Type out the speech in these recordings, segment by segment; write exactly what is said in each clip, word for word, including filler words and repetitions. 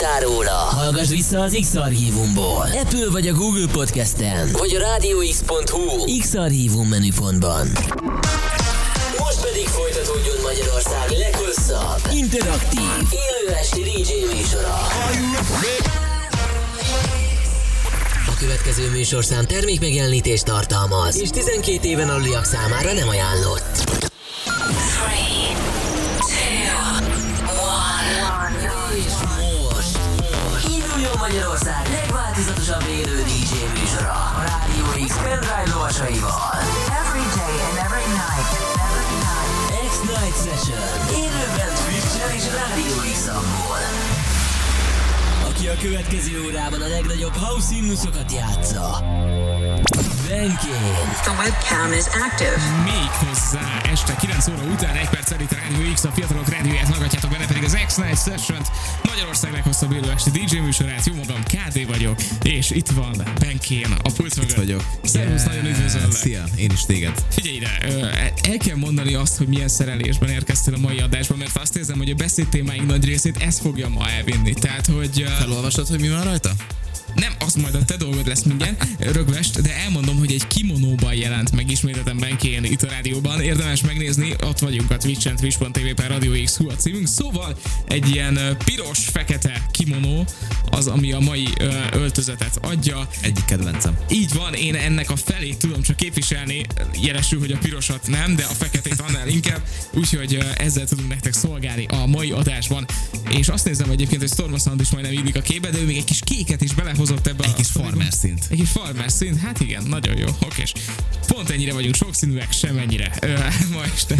hallottál róla, hallgass vissza az X-Archívumból. Apple vagy a Google Podcasten, vagy a rádió x pont hu X-Archívum menüpontban. Most pedig folytatódjon Magyarország leghosszabb, interaktív, élő esti dé dzsé műsora. A következő műsorszám termékmegjelenítést tartalmaz, és tizenkét éven aluliak számára nem ajánlott. Magyarország legváltozatosabb élő dé dzsé műsora a Rádió X pendrive lovasaival. Every day and every night. Every night. X-Night Session. Élőben Twitch-en és Rádió X-amból. Aki a következő órában a legnagyobb house himnuszokat játsza. Benkén. The webcam is active. Méghozzá este kilenc óra után egy perc itt a Rádió X, a fiatalok rádióját hallgatjátok, benne pedig az X-Night Session-t, Magyarország leghosszabb élő esti dé dzsé műsorát. Jó magam, ká dé vagyok, és itt van Benkén, a pult mögött. Itt vagyok. Szervusz, nagyon üdvözöllek. Szia, én is téged. Figyelj ide, el kell mondani azt, hogy milyen szerelésben érkeztél a mai adásban, mert azt érzem, hogy a beszédtémáink nagy részét ez fogja ma elvinni. Tehát, hogy... Felolvasod, hogy mi van rajta? Nem, az majd a te dolgod lesz mindjárt, rögvest, de elmondom, hogy egy kimonóban jelent meg ismételten Benkén itt a rádióban. Érdemes megnézni, ott vagyunk a Twitch-en, twitch pont tv per Radio X a címünk. Szóval egy ilyen piros-fekete kimonó az, ami a mai ö, öltözetet adja. Egyik kedvencem. Így van, én ennek a felét tudom csak képviselni, jelesül, hogy a pirosat nem, de a feketét annál inkább, úgyhogy ö, ezzel tudunk nektek szolgálni a mai adásban. És azt nézem egyébként, hogy Storm Sound is majdnem illik a képbe, de ő még egy kis kéket is belehozott ebbe. Egy a kis farmer szint. Egy kis farmer szint, hát igen, nagyon jó, okés. Pont ennyire vagyunk sokszínűek, semennyire. Ö, ma este.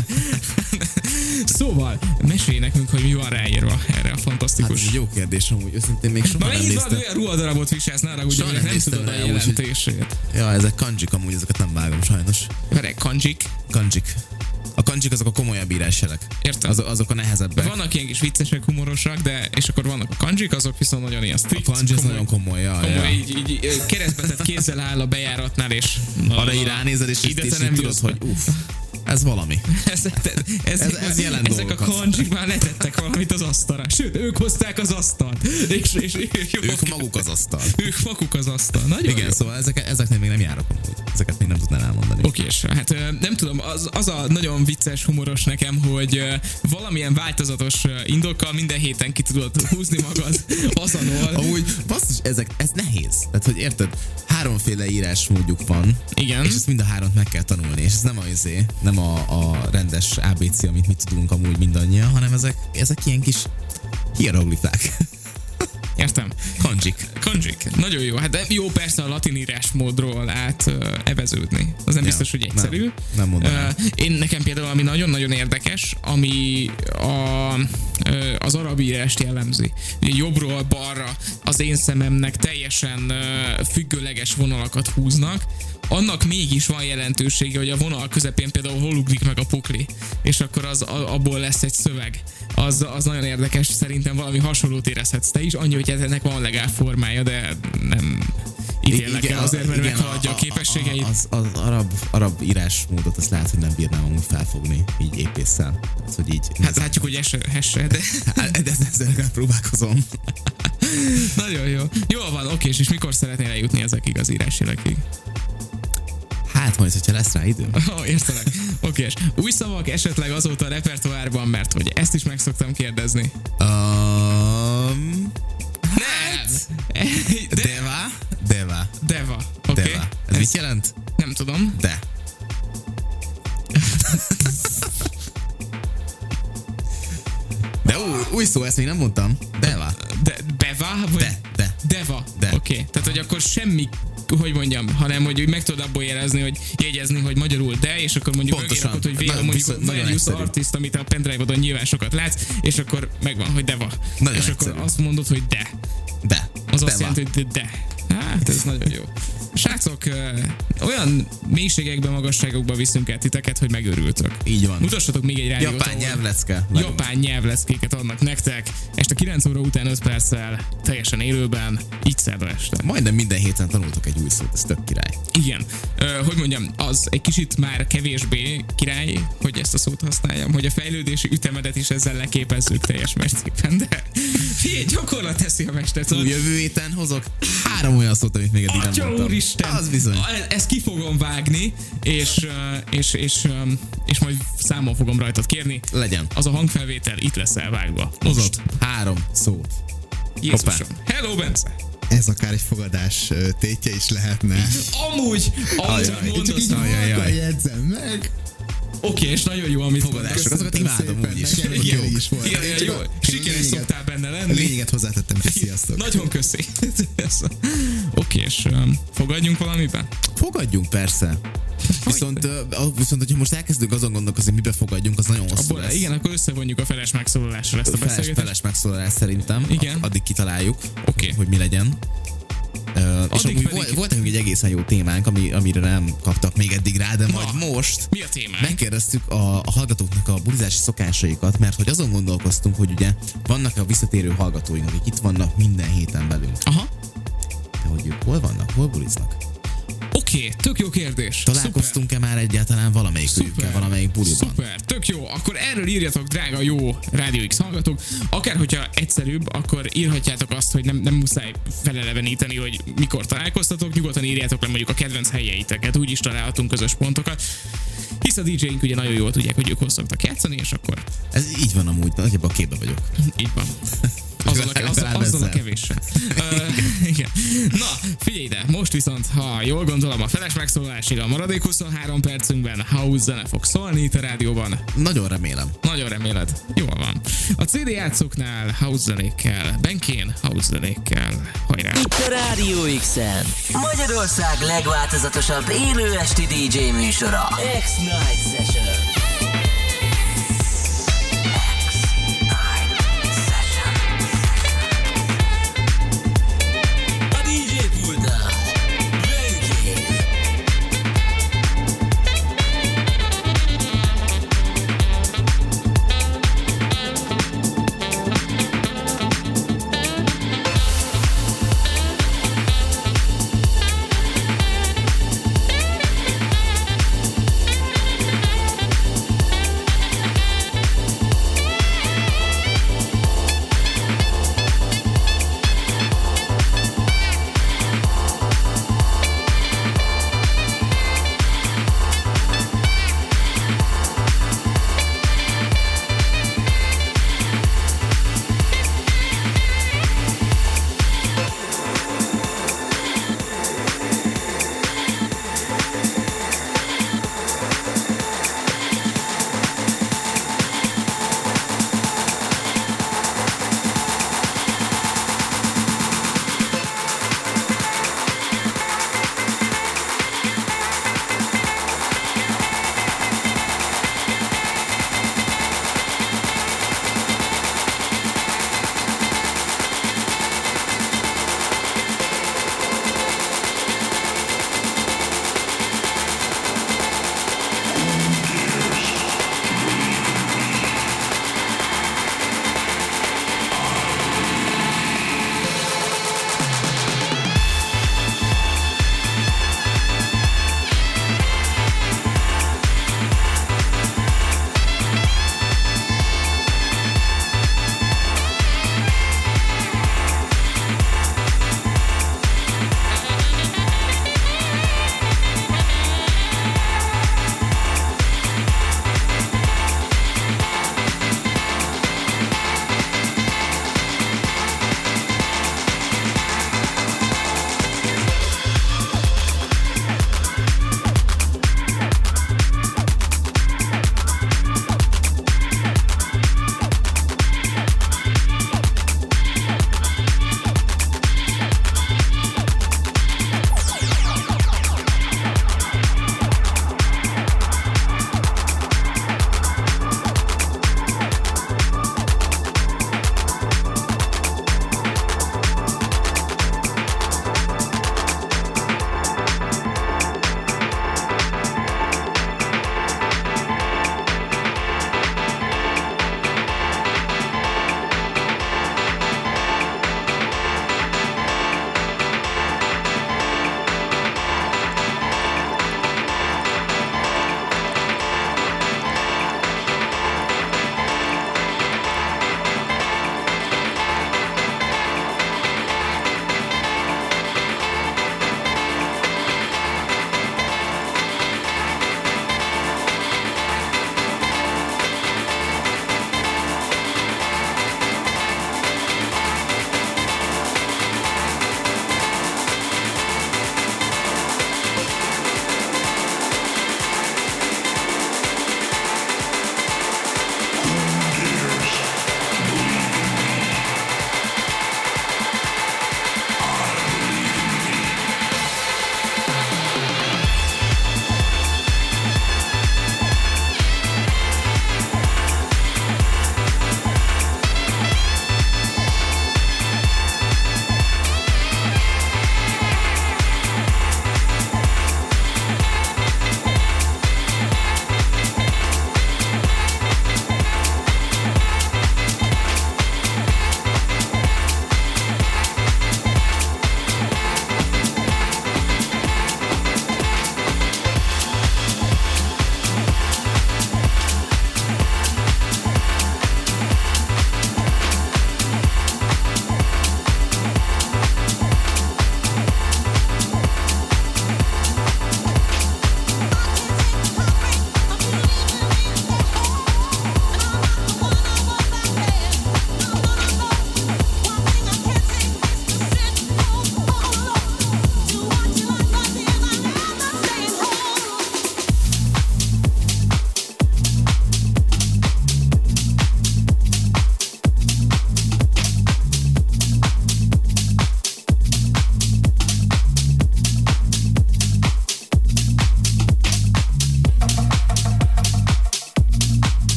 Szóval, mesélj nekünk, hogy mi van ráírva erre a fantasztikus. Hát ez egy jó kérdés, amúgy őszintén még soha Ma nem néztem. Ma olyan ruhadarabot viselsz nála, hogy nem, nem tudod a jelentését. Ja, ezek kanjik amúgy, ezeket nem vágom sajnos. Várj, kanjik? Kanjik. A kanjik azok a komolyabb írásjelek. Értem. Az, azok a nehezebbek. Vannak ilyen kis viccesek, humorosak, de és akkor vannak a kanjik, azok viszont nagyon ilyen strikt. A kanji az nagyon komoly, ja, komoly ja. így, így keresztbetett kézzel áll a bejáratnál, és arra így ránézed, és, és, és így tudod, hogy uff, ez valami. ez, ez, ez, ez jelent ezek dolgokat. A kanjik már letettek valamit az asztalra. Sőt, ők hozták az asztalt. És, és, és ők maguk az asztal. Ők maguk az asztal. Nagyon igen, jó. Szóval ezek, ezeknél még nem járok amúgy. Ezeket még nem tudnám elmondani. Oké, és hát nem tudom, az, az a nagyon vicces, humoros nekem, hogy valamilyen változatos indokkal minden héten ki tudod húzni magad azonol. Amúgy, basszus, ezek, ez nehéz. Tehát, hogy érted, háromféle írásmódjuk van. Igen. És ezt mind a hármat meg kell tanulni. És ez nem a izé, nem a, a rendes á bé cé, amit mi tudunk amúgy mindannyian, hanem ezek, ezek ilyen kis hieroglifák. Értem. Kanjik. Kanjik. Nagyon jó. Hát de jó persze a latin írásmódról át uh, eveződni. Az nem ja, biztos, hogy egyszerű. Nem, nem mondanám. Uh, én nekem például, ami nagyon-nagyon érdekes, ami a, uh, az arab írást jellemzi. Ugye jobbról balra az én szememnek teljesen uh, függőleges vonalakat húznak. Annak mégis van jelentősége, hogy a vonal közepén például hol ugrik meg a pukli, és akkor az, abból lesz egy szöveg. Az, az nagyon érdekes, szerintem valami hasonlót érezhetsz te is, annyi, hogy ennek van legál formája, de nem ítélek el azért, mert igen, meghaladja a, a képességeit. Az, az arab, arab írásmódot azt lehet, hogy nem bírnám amúgy felfogni, így épésszel. Hát, hogy így, hát látjuk, hogy hesse, de... Hát, de ezzel legalább próbálkozom. Nagyon jó. Jól van, oké, és mikor szeretnél eljutni ezekig az írásjelekig? Hát majd, hogyha lesz rá idő. Ó, oh, értelek. Oké, és új szavak esetleg azóta a repertoárban, mert hogy ezt is meg szoktam kérdezni. Um, nem! De... Deva? Deva. Deva, oké. Okay. Deva. Ez, Ez mit jelent? Nem tudom. De. De új, új szó, ezt még nem mondtam. Deva. De, beva? Vagy de, de. Deva. De. Oké, okay. Tehát, hogy akkor semmi, hogy mondjam, hanem, hogy meg tudod abból jelezni, hogy jegyezni, hogy magyarul de, és akkor mondjuk megírakod, hogy véle mondjuk Various Artist, amit a pendrive-odon nyilván sokat látsz, és akkor megvan, hogy deva. Nagyon és egyszerű. akkor azt mondod, hogy de. De. Az Deva. azt jelenti, hogy de. Hát ez nagyon jó. Srácok, olyan mélységekbe, magasságokba viszünk el titeket, hogy megőrültök. Így van. Mutassatok még egy rádiót. Japán nyelvlecke. Japán nyelvleckéket adnak nektek. Este kilenc óra után öt perccel, teljesen élőben, így szerda este. Majdnem minden héten tanultok egy új szót, ez tök király. Igen. Ö, hogy mondjam, az egy kicsit már kevésbé király, hogy ezt a szót használjam, hogy a fejlődési ütemedet is ezzel leképezzük teljes mértékben, de Figyelj, gyakorlat teszi a mester. Túl jövő héten hozok három olyan szót, amit még eddig nem Atya mondtam. úristen! Az bizony. Ezt ki fogom vágni, és, és, és, és majd számon fogom rajtad kérni. Legyen. Az a hangfelvétel itt lesz elvágva. Hozott három szót. Jézusom. Hello, Bence! Ez akár egy fogadás ö, tétje is lehetne. Amúgy, ahogy Ajaj, mondasz, csak így ajaj, halkan ajaj. jegyzem meg. Oké, és nagyon jó, amit Fogadások, mondasz. azokat imádom Szépen, úgyis. nekem Igen, elég is volt. igen, Én igen, csak jó. a- Sikeres lényeget- szoktál benne A lenni. lényeget hozzátettem, hogy sziasztok. Nagyon köszi. Oké, és um, fogadjunk valamiben? Fogadjunk, persze. Viszont, ö, viszont, hogyha most elkezdünk azon gondolkozni, mibe fogadjunk, az nagyon hosszú Abból, lesz. igen, akkor összevonjuk a feles megszólalásra ezt a Feles, beszélgetést. feles megszólalás szerintem. Igen. Addig kitaláljuk, Oké. hogy mi legyen. Uh, és Addig amúgy pedig- volt, volt nekünk egy egészen jó témánk, ami, amire nem kaptak még eddig rá, de majd Na, most Mi a témánk? megkérdeztük a, a hallgatóknak a bulizási szokásaikat, mert hogy azon gondolkoztunk, hogy ugye vannak a visszatérő hallgatóink, akik itt vannak minden héten velünk. Aha. De hogy ők hol vannak, hol buliznak? Oké, tök jó kérdés. Találkoztunk-e már egyáltalán valamelyik őkkel, valamelyik buliban? Szuper, tök jó. Akkor erről írjatok, drága jó Rádió X hallgatók. Akár, hogyha egyszerűbb, akkor írhatjátok azt, hogy nem, nem muszáj feleleveníteni, hogy mikor találkoztatok. Nyugodtan írjátok le mondjuk a kedvenc helyeiteket, úgy is találhatunk közös pontokat. Hisz a dé jéink ugye nagyon jól tudják, hogy ők hol szoktak játszani, és akkor Ez így van amúgy, nagyjából a képbe vagyok. így van. Azzal a, azzal, Legalább azzal a ezzel. kevéssel. uh, igen. Na, figyelj ide, most viszont, ha jól gondolom, a feles megszólalásig a maradék huszonhárom percünkben house zene fog szólni itt a rádióban. Nagyon remélem. Nagyon reméled. Jól van. A cé dé játszóknál house zenékkel, Benkén house zenékkel. Hajrá! Itt a Rádió X-en. Magyarország legváltozatosabb élő esti dé dzsé műsora. X-Night Session. A dé dzsé pultnál Benkén.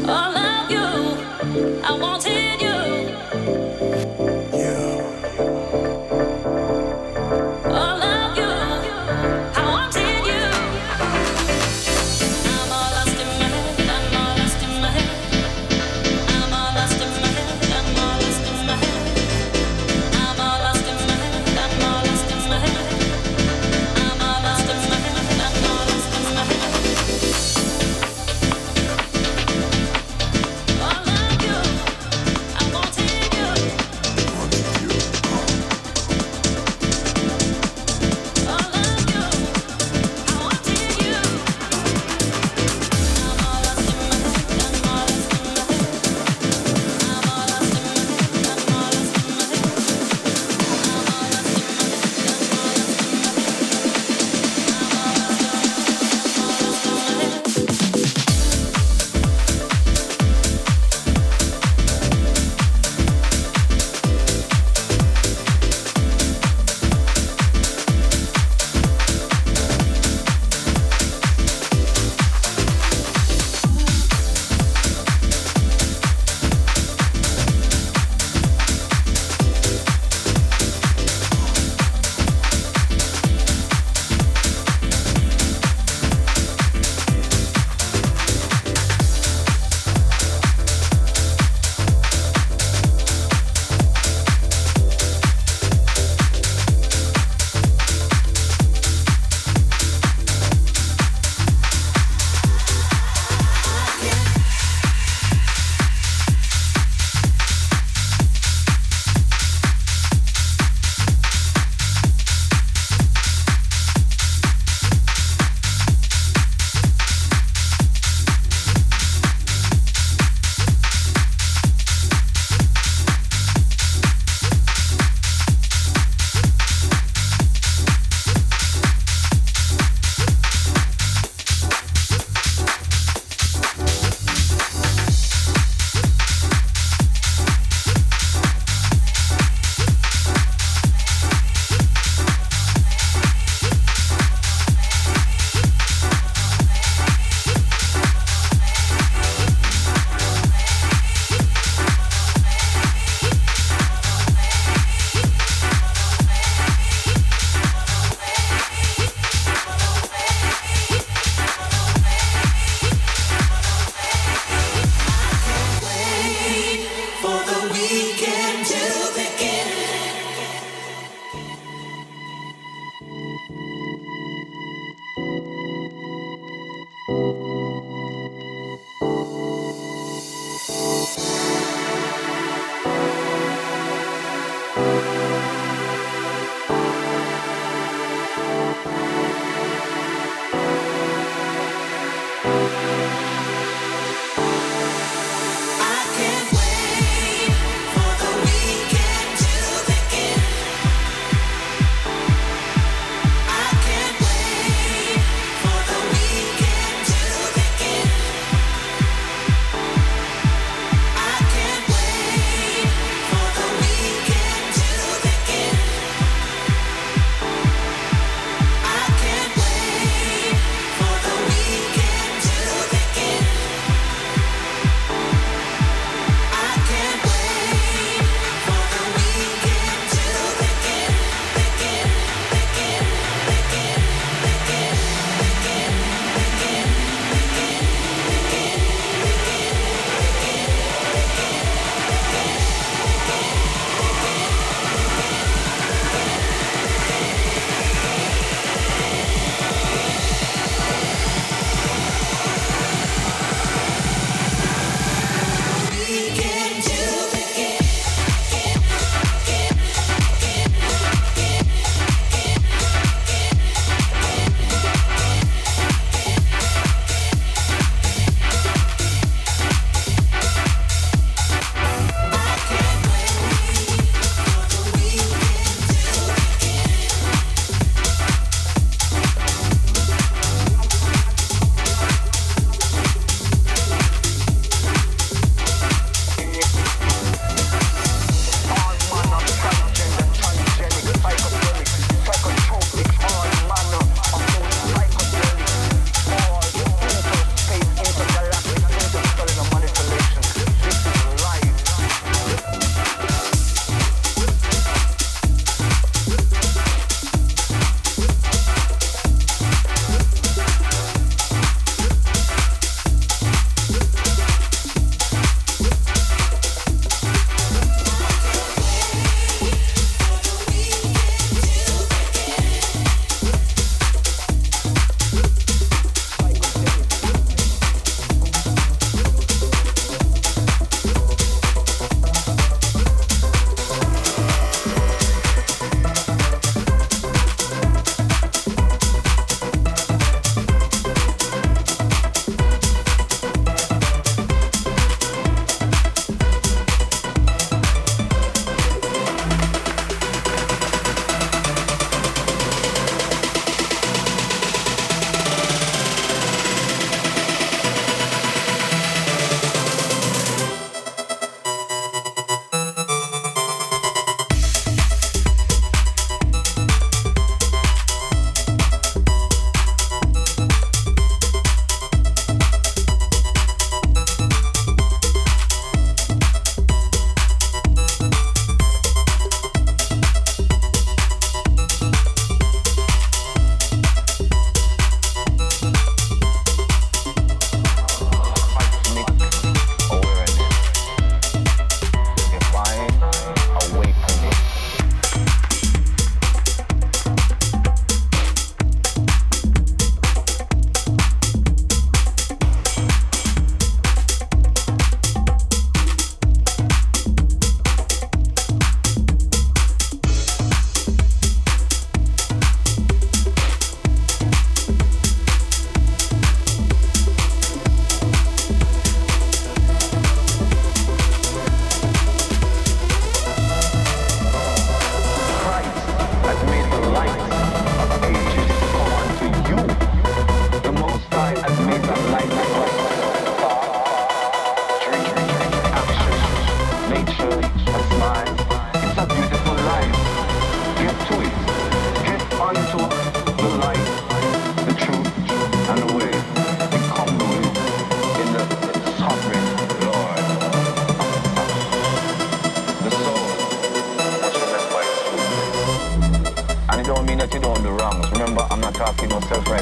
all of you. I wanted you. All of you. I wanted you. I'm all lost in my head. I'm all lost in my head. I'm all lost in my head. I'm all lost in my head. I'm all lost in my head. I'm all lost in my head. I'm all lost in my head. I'm all lost in my head. All of you. I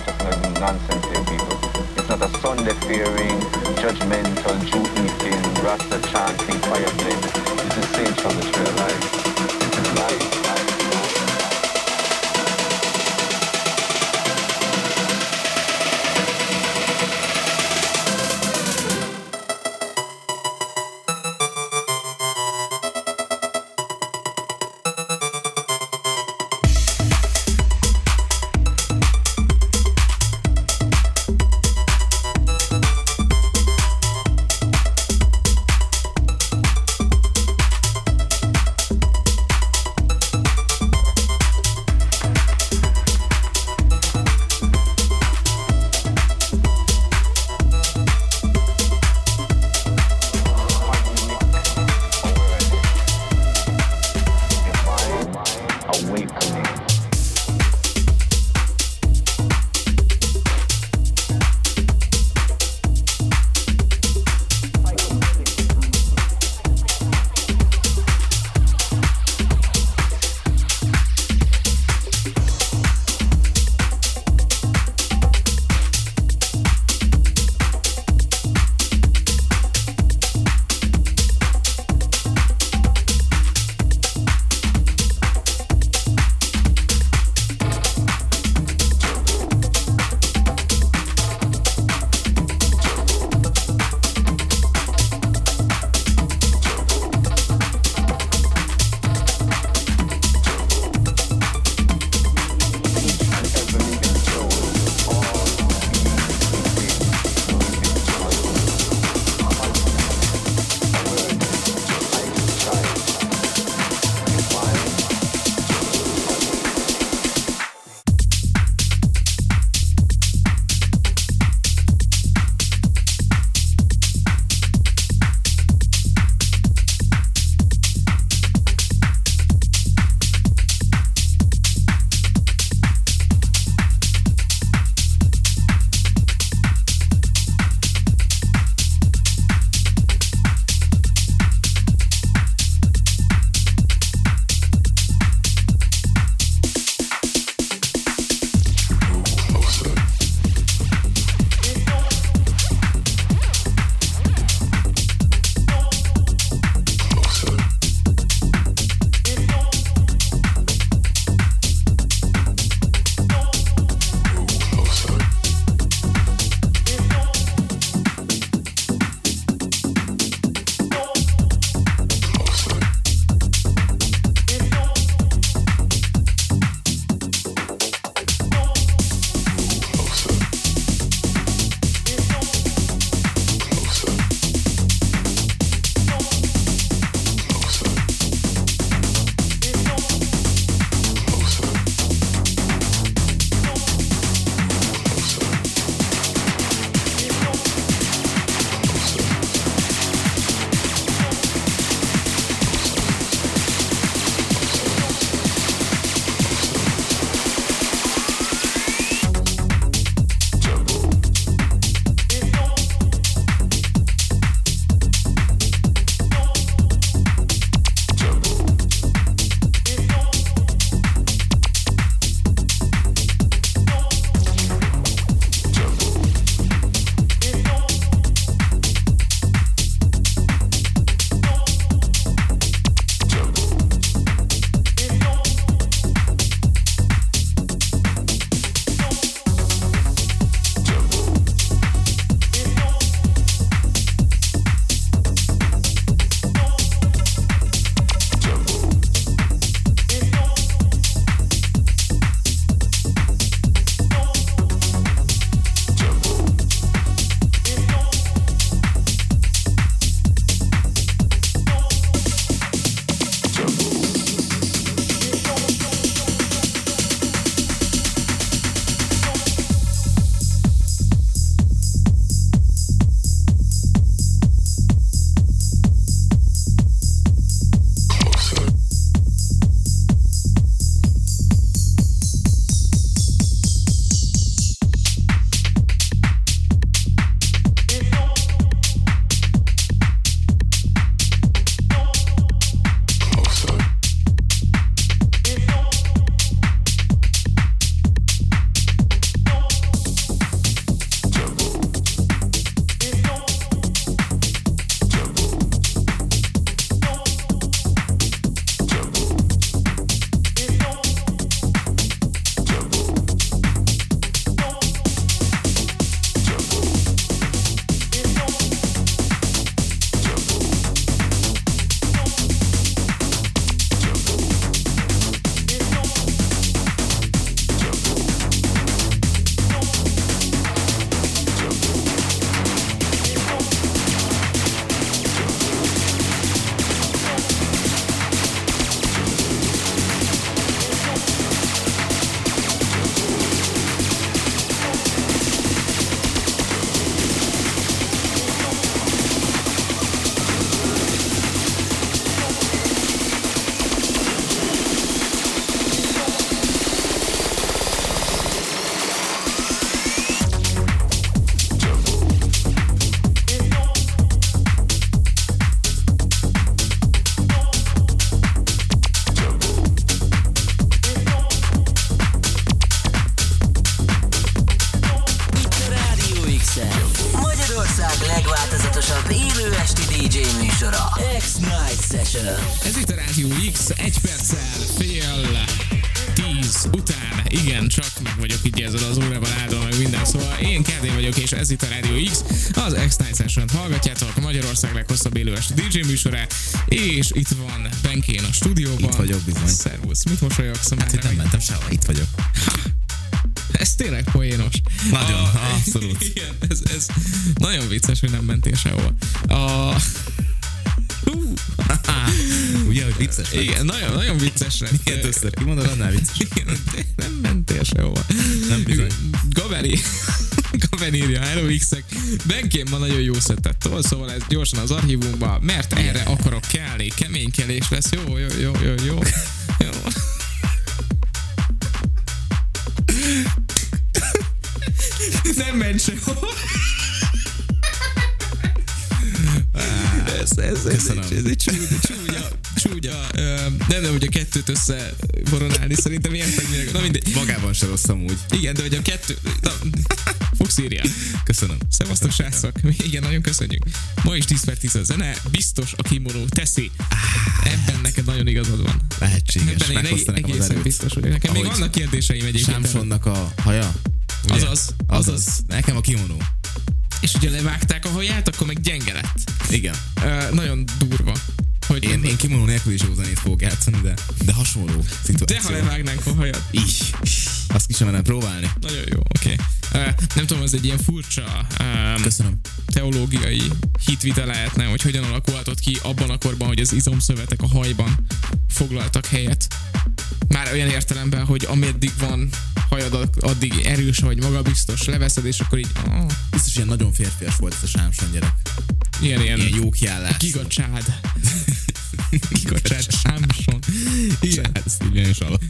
just like nonsense here, people. It's not a Sunday fearing, judgmental, Jew eating, Rasta chanting, fire flame. This is Saints from the Trail Life. This is life. műsora. X-Night Session. Ez itt a Rádió X, egy perccel fél tíz után, igen, csak meg vagyok így ezzel az órával áldva, meg minden, szóval én Kerdé vagyok, és ez itt a Rádió X, az X-Night Session-t hallgatjátok, Magyarország leghosszabb élő esti dé dzsé műsorát, és itt van Benkén a stúdióban. Itt vagyok bizony. Szervusz, mit mosolyogsz? Hát itt nem mentem sehova, itt vagyok. Ez tényleg poénos. Nagyon, A, abszolút. Igen, ez, ez nagyon vicces, hogy nem mentél sehova. A... Hú. Ugye, hogy vicces lett? Igen, nagyon, nagyon vicces lett. Miért össze? Kimondod, annál vicces. Igen, de nem mentél sehova. Nem bizony. Gaberi, Gaberi írja, hello X-ek. Benkén ma nagyon jó szettet tol, szóval ez gyorsan az archívumba, mert erre akarok kelni. Keménykelés lesz. Jó, jó, jó, jó, jó. Jó. Nem ment sehova. Ez, ez, ez, ez, ez egy csúnya, csúnya, csúnya ö, nem, nem, hogy a kettőt összeboronálni, szerintem ilyen tegnyire, na mindegy. Magában se rossz amúgy. Igen, de hogy a kettő, na, fogsz írjál. Köszönöm. Szevasztok, srácok. Igen, nagyon köszönjük. Ma is tíz per tíz a zene, biztos a kimonó teszi. Ebben neked nagyon igazad van. Lehetséges, Ebben én meghozta nekem az egészen erőt. biztos vagyok. Nekem még Ahogy vannak kérdéseim egyébként. Sámsonnak a haja? Ugye? Azaz, azaz. Azaz. Nekem a kimonó. És ugye levágták a haját, akkor meg gyenge lett. Igen. Uh, nagyon durva. Hogy Én, én kimonó nélkül is jó zenét fogok játszani, de, de hasonló szituáció. de ha levágnánk a hajat. Így. Azt ki sem mennem próbálni. Nagyon jó, oké. Okay. Uh, nem tudom, ez egy ilyen furcsa um, Köszönöm. teológiai hitvita lehetne, hogy hogyan alakulhatott ki abban a korban, hogy az izomszövetek a hajban foglaltak helyet. Már olyan értelemben, hogy ameddig van hajad, addig erős vagy magabiztos, leveszed, és akkor így... Oh, Biztos ilyen nagyon férfias volt ez a Sámson gyerek. ilyen, ilyen, Ilyen jó kiállás. gigacsád. Gigacsád, Sámson. Igen. Ezt így én is hallottam.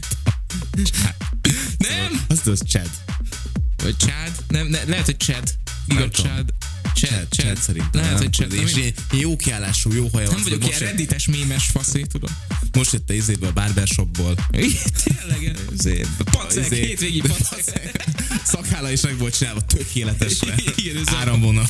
Nem! Azt az Chad. Vagy csád? Nem, ne, lehet, hogy csed. Nem Gigacsád. Csed, Chad, csed. Chad szerintem. Lehet, hogy csed. És Nem, ilyen, ilyen jó kiállású, jó haja. nem az, vagyok hogy ilyen most, reddites mémes faszé, tudom. most jött a izéből, a barbershopból. Tényleg, Izé, pacek, izé- hétvégi pacek. Szakhála is meg volt csinálva tökéletesre. Igen, ez a- Áramvonalas.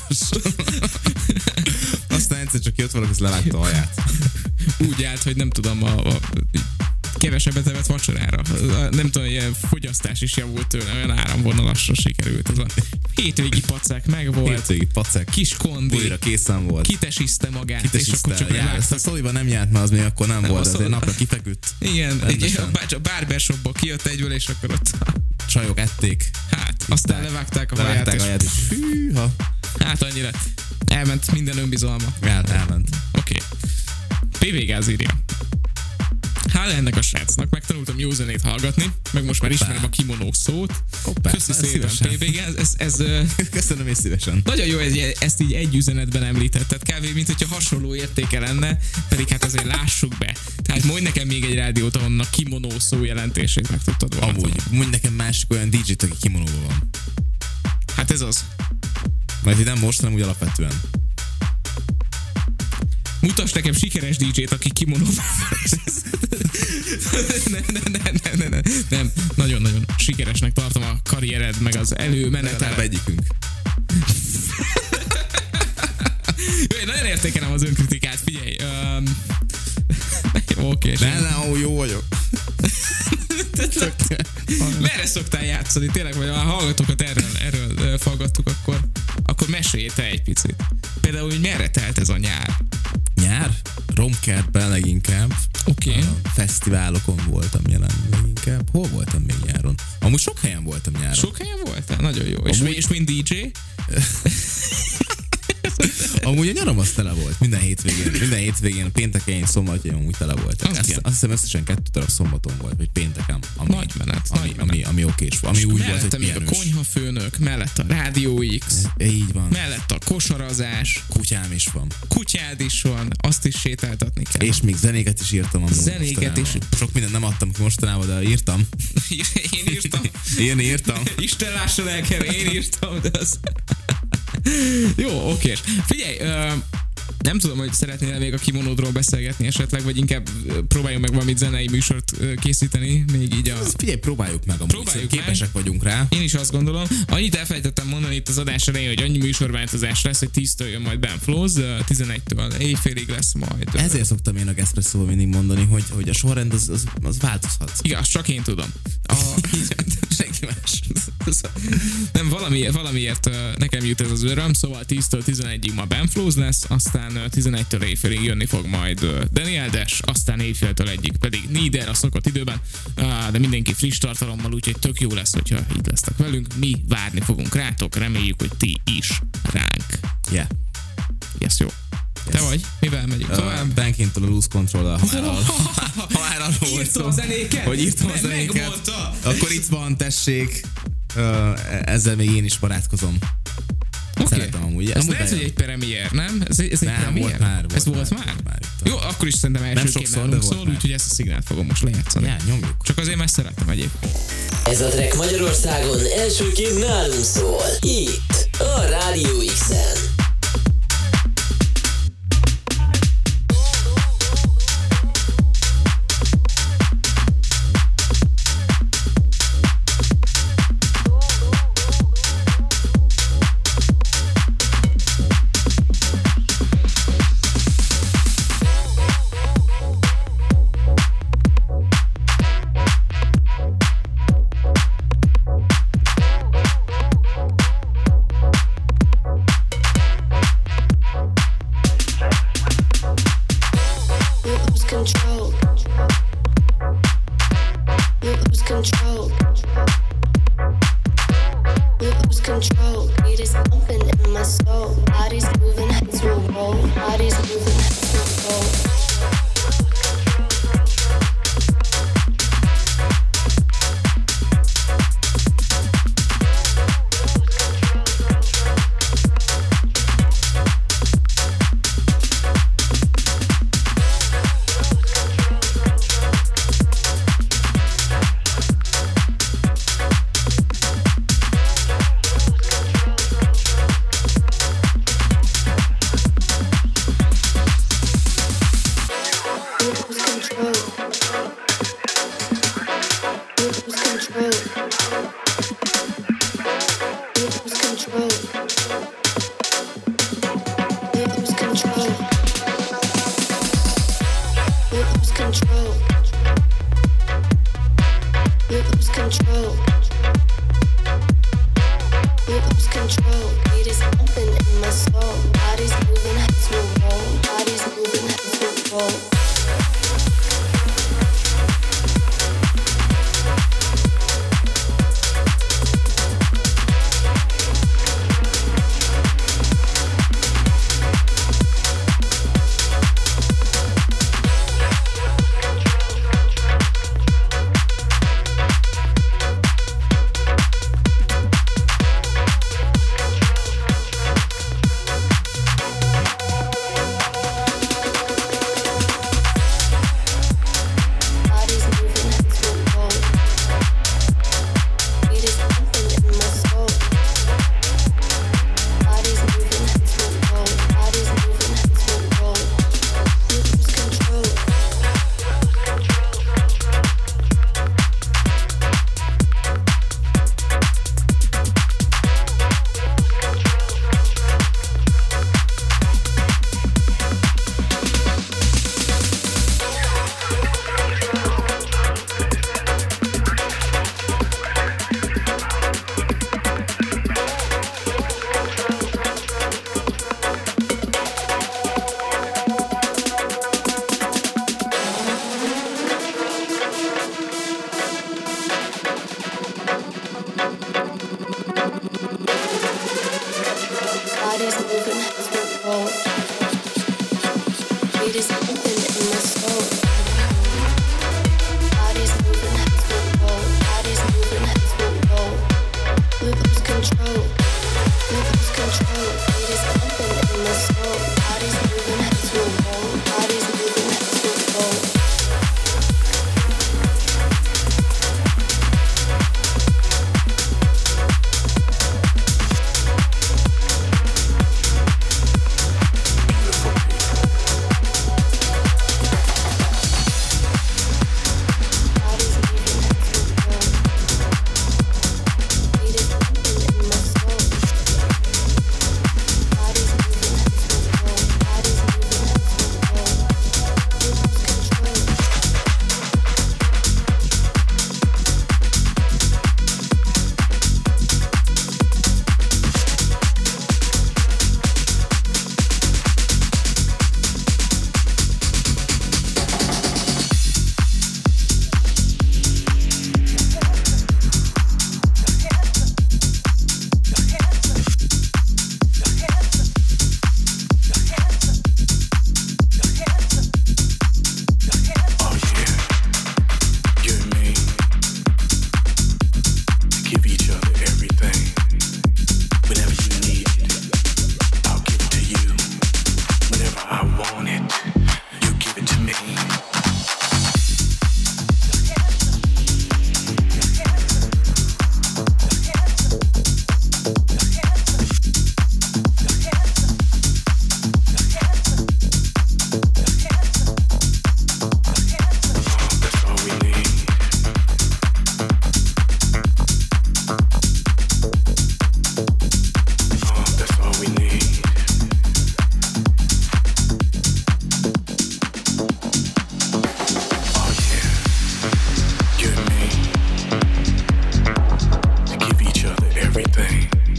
Aztán egyszer csak jött valaki, az levágta a haját. Úgy állt, hogy nem tudom, a, a kevesebbet evett vacsorára. A, nem tudom, ilyen fogyasztás is javult tőle, olyan áramvonalasra sikerült. Ez a hétvégi pacek megvolt, Hétvégi pacek. kis kondi, Újra készen volt. kitesiszte magát, és Kitesiszte, akkor csak jár. Ezt a levágtak. szoliban nem járt, mert az még akkor nem, Nem, volt, a de azért szoliban. napra kifeküdt. Igen, egy, Rendesen. a barbershopból kijött egyből, és akkor ott Csajok ették. hát, aztán levágták a haját, Levágták és a haját, és hűha. hát annyira elment minden önbizalma. El, elment. Oké. Okay. pé vé Gáz írja. Hála ennek a srácnak, megtanultam jó zenét hallgatni, meg most már ismerem a kimonó szót. Hoppá, Köszi nagyon szépen, szívesen. pé vé Gáz. Ez, ez ö, Köszönöm és szívesen. nagyon jó, hogy ezt így egy üzenetben említetted. Kb. Mint hogyha hasonló értéke lenne, pedig hát azért lássuk be. Tehát mondj nekem még egy rádiót, ahonnan a kimonó szó jelentését meg tudtad volna. Amúgy, mondj nekem másik olyan dé dzsét, aki kimonóban van. Hát ez az. Majd hogy nem most, hanem úgy alapvetően. Mutass nekem sikeres dé dzsét, aki kimonóban van. nem, nem, nem, nem, nem, nem, nem. Nagyon-nagyon sikeresnek tartom a karriered, meg az Legalább előmenetel. egyikünk. Jó, én nagyon értékelem az önkritikát, figyelj. Um, Oké, okay, Ne, ne, ó, jó vagyok. merre szoktál játszani? Tényleg, vagy ha a hallgatókat erről, erről ö, fallgattuk, akkor, akkor mesélj te egy picit. Például, hogy merre telt ez a nyár? Nyár? Romkertben leginkább. Oké. Okay. A fesztiválokon voltam jelen leginkább. Hol voltam még nyáron? Amúgy sok helyen voltam nyáron. Sok helyen voltál? Nagyon jó. És, Amúgy- és mint dé dzsé? Amúgy a nyarom az tele volt. Minden hétvégén. Minden hétvégén, pénteken, szombatján úgy tele volt. Az Azt, igen. azt hiszem összesen kettő darab szombaton volt, vagy pénteken. Ami, Nagy menet, ami, nagy ami, menet. ami, ami okés volt. Ami úgy volt, mellette hogy még a pihenős. konyhafőnök, mellett a Rádió X, Így van. mellett a kosarazás, Kutyám is van. kutyád is van, azt is sétáltatni kell. És még zenéket is írtam amúgy. Zenéket mostanában. is. Sok mindent nem adtam ki mostanában, de írtam. Én írtam. Én írtam. Isten lássa lelkem, én írtam, de az... Jó, oké. Figyelj, ö, Nem tudom, hogy szeretnél még a kimonódról beszélgetni esetleg, vagy inkább próbáljunk meg valami zenei műsort készíteni, még így a... Figyelj, próbáljuk meg, amúgy Próbáljuk képesek meg. vagyunk rá. Én is azt gondolom. Annyit elfelejtettem mondani itt az adás elején, hogy annyi műsorváltozás lesz, hogy tíztől jön majd Ben Flows, tizenegytől éjfélig lesz majd. Ezért szoktam én a Geszpresszóval mindig mondani, hogy, hogy a sorrend az, az, az változhat. Igen, azt csak én tudom. A... Senki más. Nem, valami, valamiért nekem jut ez az öröm, szóval tíztől tizenegyig ma Ben Flows lesz, aztán tizenegytől éjfélig jönni fog majd Daniel Dash, aztán éjféltől egyig pedig Nieder a szokott időben, de mindenki friss tartalommal, úgyhogy tök jó lesz, hogyha itt lesztek velünk. Mi várni fogunk rátok, reméljük, hogy ti is ránk. Yeah. Yes, jó. Te vagy? Mivel megyünk Uh, tovább? Bankintől a Loose Control-al, ha már, arról- ha már arról volt Írtam szó, a zenéket? hogy írtam a Nem, zenéket, megmondta. akkor itt van, tessék. Uh, ezzel még én is barátkozom. Oké. Szeretem amúgy. Ez Amúgy lehet, hogy bejön. egy premier, nem? Ez, ez egy Nem, premier? volt már, volt ez már, volt már? volt már itt. Jó, akkor is szerintem elsőként sokszor, nálunk de volt szól, már. úgyhogy ezt a szignált fogom most lejátszani. Ja, nyomjuk. Csak azért, mert szeretem egyébként. Ez a track Magyarországon elsőként nálunk szól. Itt, a Rádió X-en.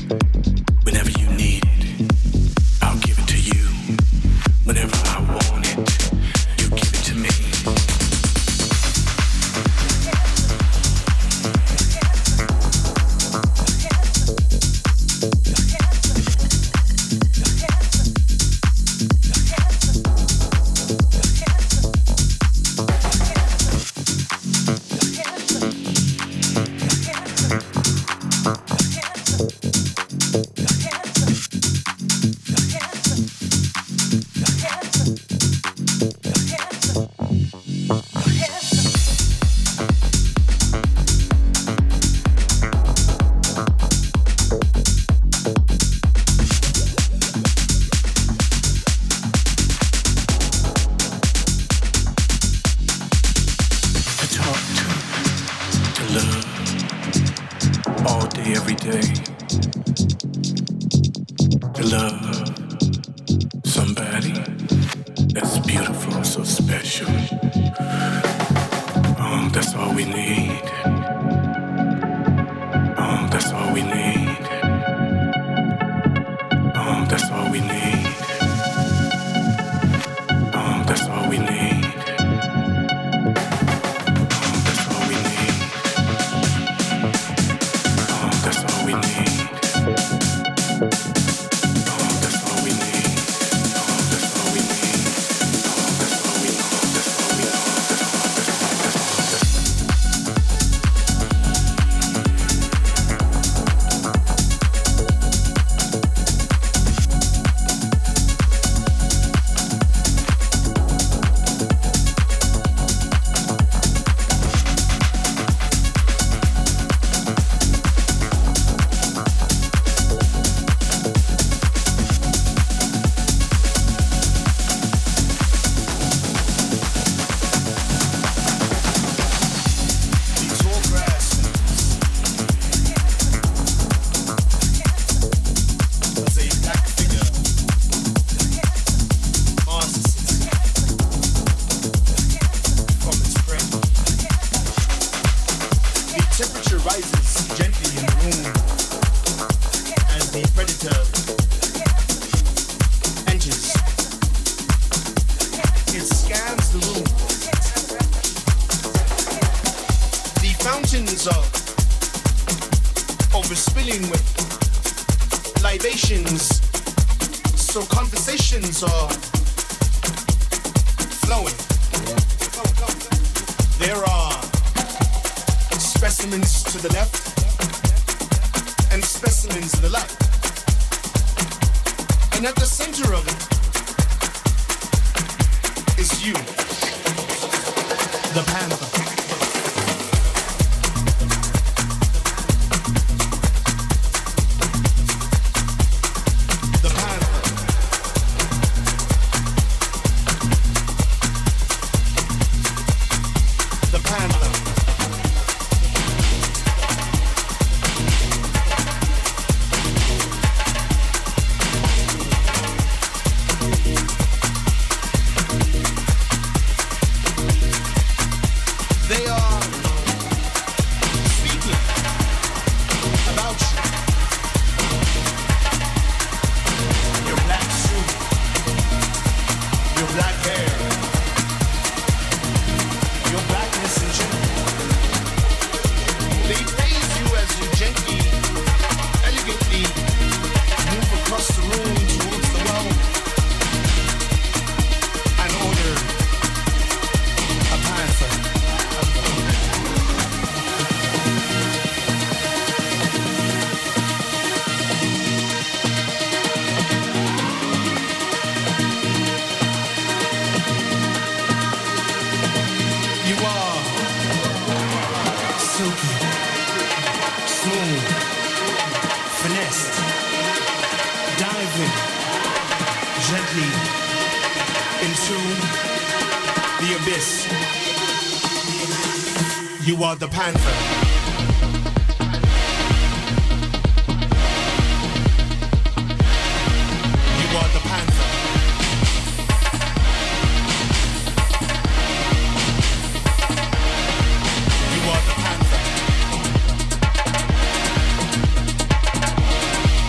Whenever you need it, I'll give it to you. Whenever I want it, you give it to me. You are the Panther. You are the Panther. You are the Panther.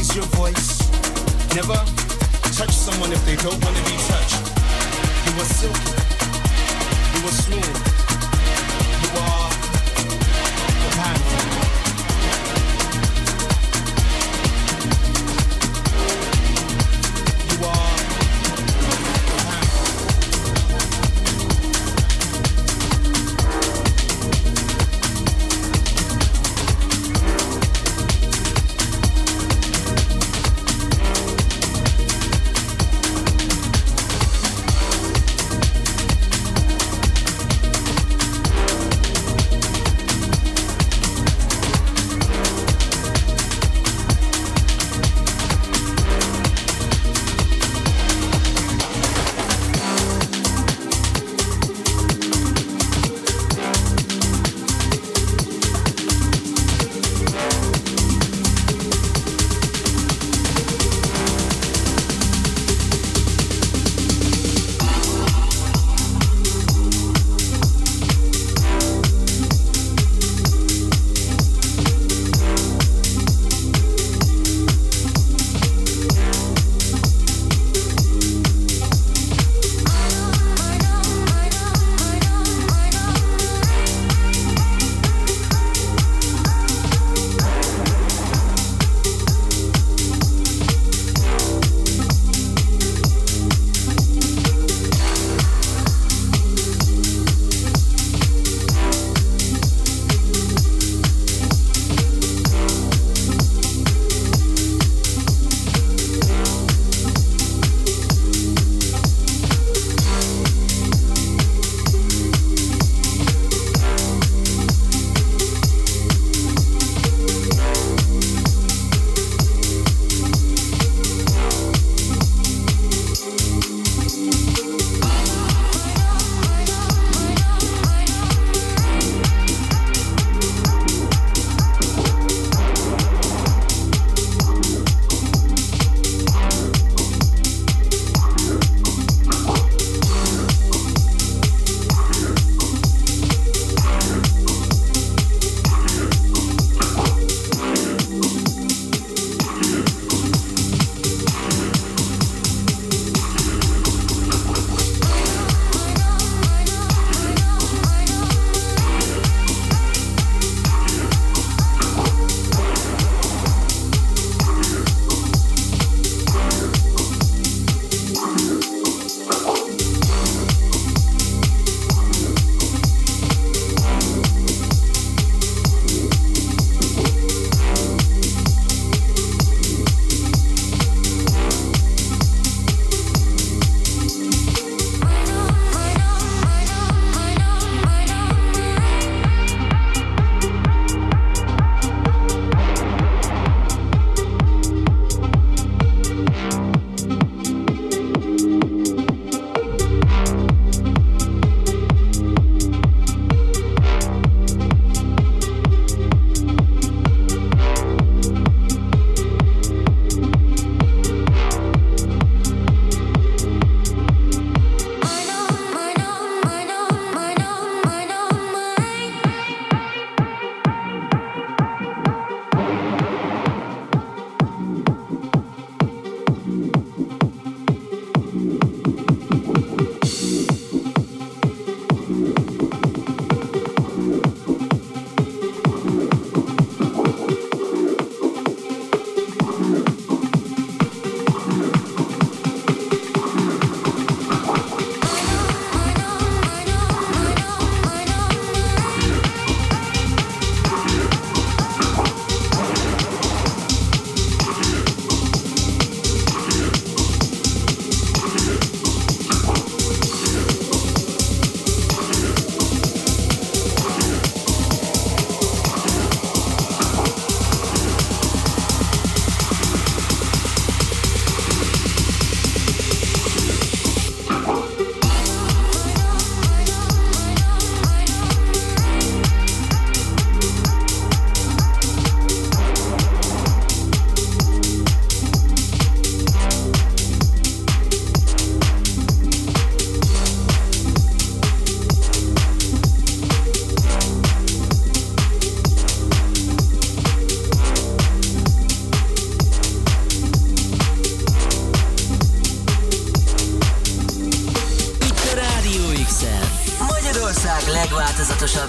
raise your voice. Never touch someone if they don't want to be touched. You are silky. You are smooth. You are the panther. You are the panther.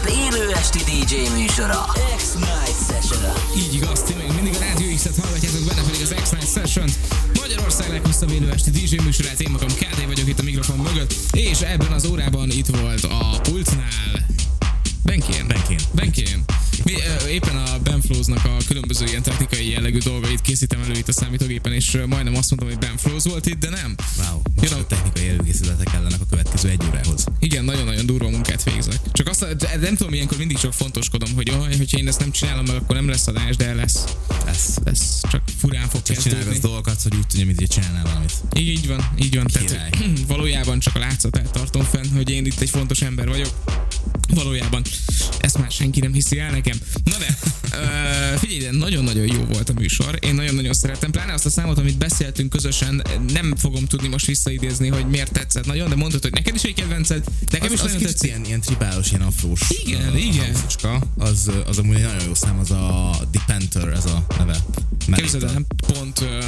élő esti dé dzsé műsora. X-Night Session. Így igaz, ti még mindig a Rádió X-et hallgatjátok, benne pedig az X-Night Session. Magyarország leghosszabb élő esti dé dzsé műsorát, én magam ká dé vagyok itt a mikrofon mögött, és ebben az órában itt volt a pultnál Benkén. Benkén. Benkén. Mi, ö, éppen a Benflows-nak a különböző ilyen technikai jellegű dolgait készítem elő itt a számítógépen, és ö, majdnem azt mondtam, hogy Benflows volt itt, de nem. Wow, most Jön a- a technikai előkészületek ellenek a következő egy órához. Igen, nagyon-nagyon durva munkát végzek. Csak azt nem tudom, ilyenkor mindig csak fontoskodom, hogy jaj, hogyha én ezt nem csinálom meg, akkor nem lesz adás, de lesz. Lesz. Lesz. Csak furán fog Csak csinálj az kezdődni. dolgokat, hogy úgy tudja, mint hogy csinálnál valamit. Így, így van, így van. Király. Tehát, hogy valójában csak a látszatát tartom fenn, hogy én itt egy fontos ember vagyok. Valójában ezt már senki nem hiszi el nekem. Na de, ö, figyelj, de nagyon-nagyon jó volt a műsor. Én nagyon-nagyon szerettem. Pláne azt a számot, amit beszéltünk közösen, nem fogom tudni most visszaidézni, hogy miért tetszett nagyon, de mondtad, hogy neked is egy kedvenced, nekem Az, is az nagyon kicsit tetszik. ilyen, ilyen tribálos, ilyen afrós. Igen, uh, igen. house-ocska. Az, az amúgy egy nagyon jó szám, az a The Panther, ez a neve. Képzeld el, pont ö,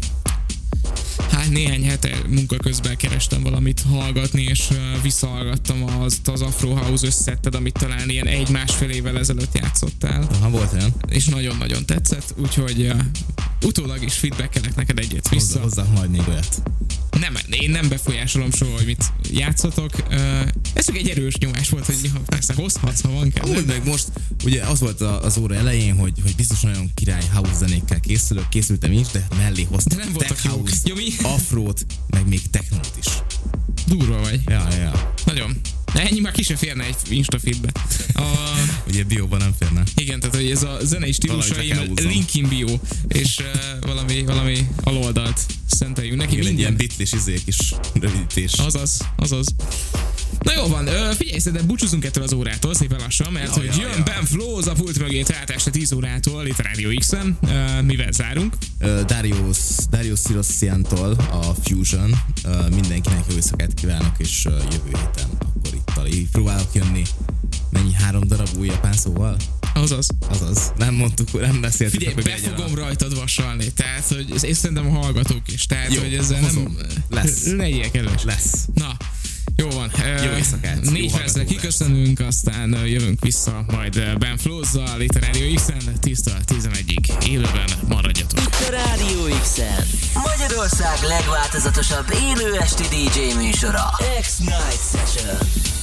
hát néhány hete munka közben kerestem valamit hallgatni, és ö, visszahallgattam azt az Afro House összetted, amit talán ilyen egy-másfél évvel ezelőtt játszottál, Ha volt olyan, és nagyon-nagyon tetszett, úgyhogy ö, utólag is feedbackelek neked egyet hozzá, vissza. hozzá majd még olyat. Nem, én nem befolyásolom soha, hogy mit játszotok. Ö, ez csak egy erős nyomás volt, hogy ja, persze hozhatsz, ha van kedved. Amúgy meg most, ugye az volt a- az óra elején, hogy, hogy biztos nagyon király house zenékkel készülök, készültem is, de mellé hoztam De nem voltak tech jók. house, Ja, mi? afrót, meg még technót is. Durva vagy. Ja, ja, ja. Nagyon. De ennyi már ki se férne egy Insta feedbe. A, Ugye bióban nem férne. igen, tehát hogy ez a zenei stílusaim Valahogy le kell húzzam. link in bio, és uh, valami, valami aloldalt szenteljünk neki. Igen, egy ilyen Minden. bitlis izé kis rövidítés. Azaz, azaz. Na jó van, ö, figyelj, szerintem búcsúzunk ettől az órától szépen lassan, mert Ja, hogy ja, jön ja. Ben Flows a pult mögé tehát este tíz órától itt a Rádió X-en, ö, mivel zárunk. Uh, Darius, Darius Sirossiantól a Fusion. Uh, mindenkinek jó éjszakát kívánok, és uh, jövő héten akkor itt ali. Próbálok jönni. Mennyi? Három darab új japán szóval? Azaz. Azaz. Nem mondtuk, nem beszéltük. Figyelj, hogy be legyen fogom a- rajtad vasalni, tehát hogy ez- és szerintem a hallgatók is, tehát Jó, hogy ezzel hozom. nem... Lesz. Legyél kedves. Lesz. Na, jó van. Ö, Jó éjszakát. Négy Jó percre hallgatózást. kiköszönünk, aztán ö, jövünk vissza majd ö, Ben Flows-zal itt a Rádió X-en, tíztől tizenegyig élőben maradjatok. Itt a Rádió X-en. Magyarország legváltozatosabb élő esti dé dzsé műsora. X-Night Session.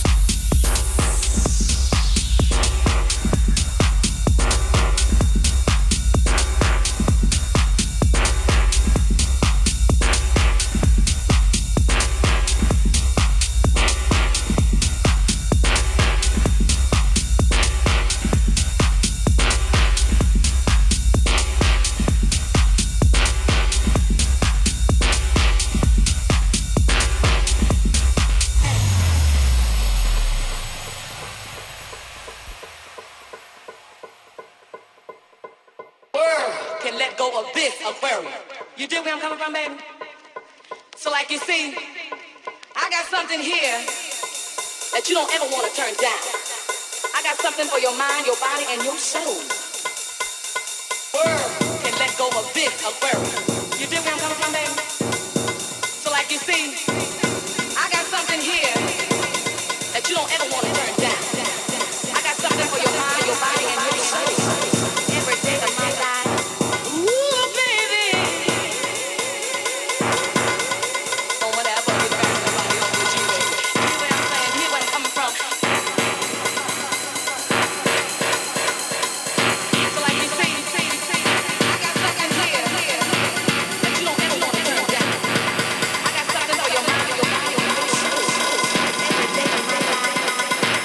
World can let go of this aquarium. You dig where I'm coming from, baby? So like you see, I got something here that you don't ever want to turn down. I got something for your mind, your body, and your soul. World can let go of this aquarium. You dig where I'm coming from, baby? So like you see, I got something here that you don't ever want to turn down. I got something for your mind, your body, and your soul. Every day of my life. Ooh, baby. Or whatever you find somebody on with you, baby. Hear what I'm saying? Hear where I'm coming from. So like you see, see, see, I got something here that you don't ever want to turn down. I got something for your mind, your body, and your soul. Every day of my life.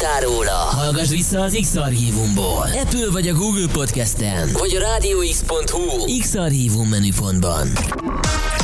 hallottál róla, hallgass vissza az X-Archívumból. Apple vagy a Google Podcasten, vagy a rádió x pont hu X-Archívum menüpontban.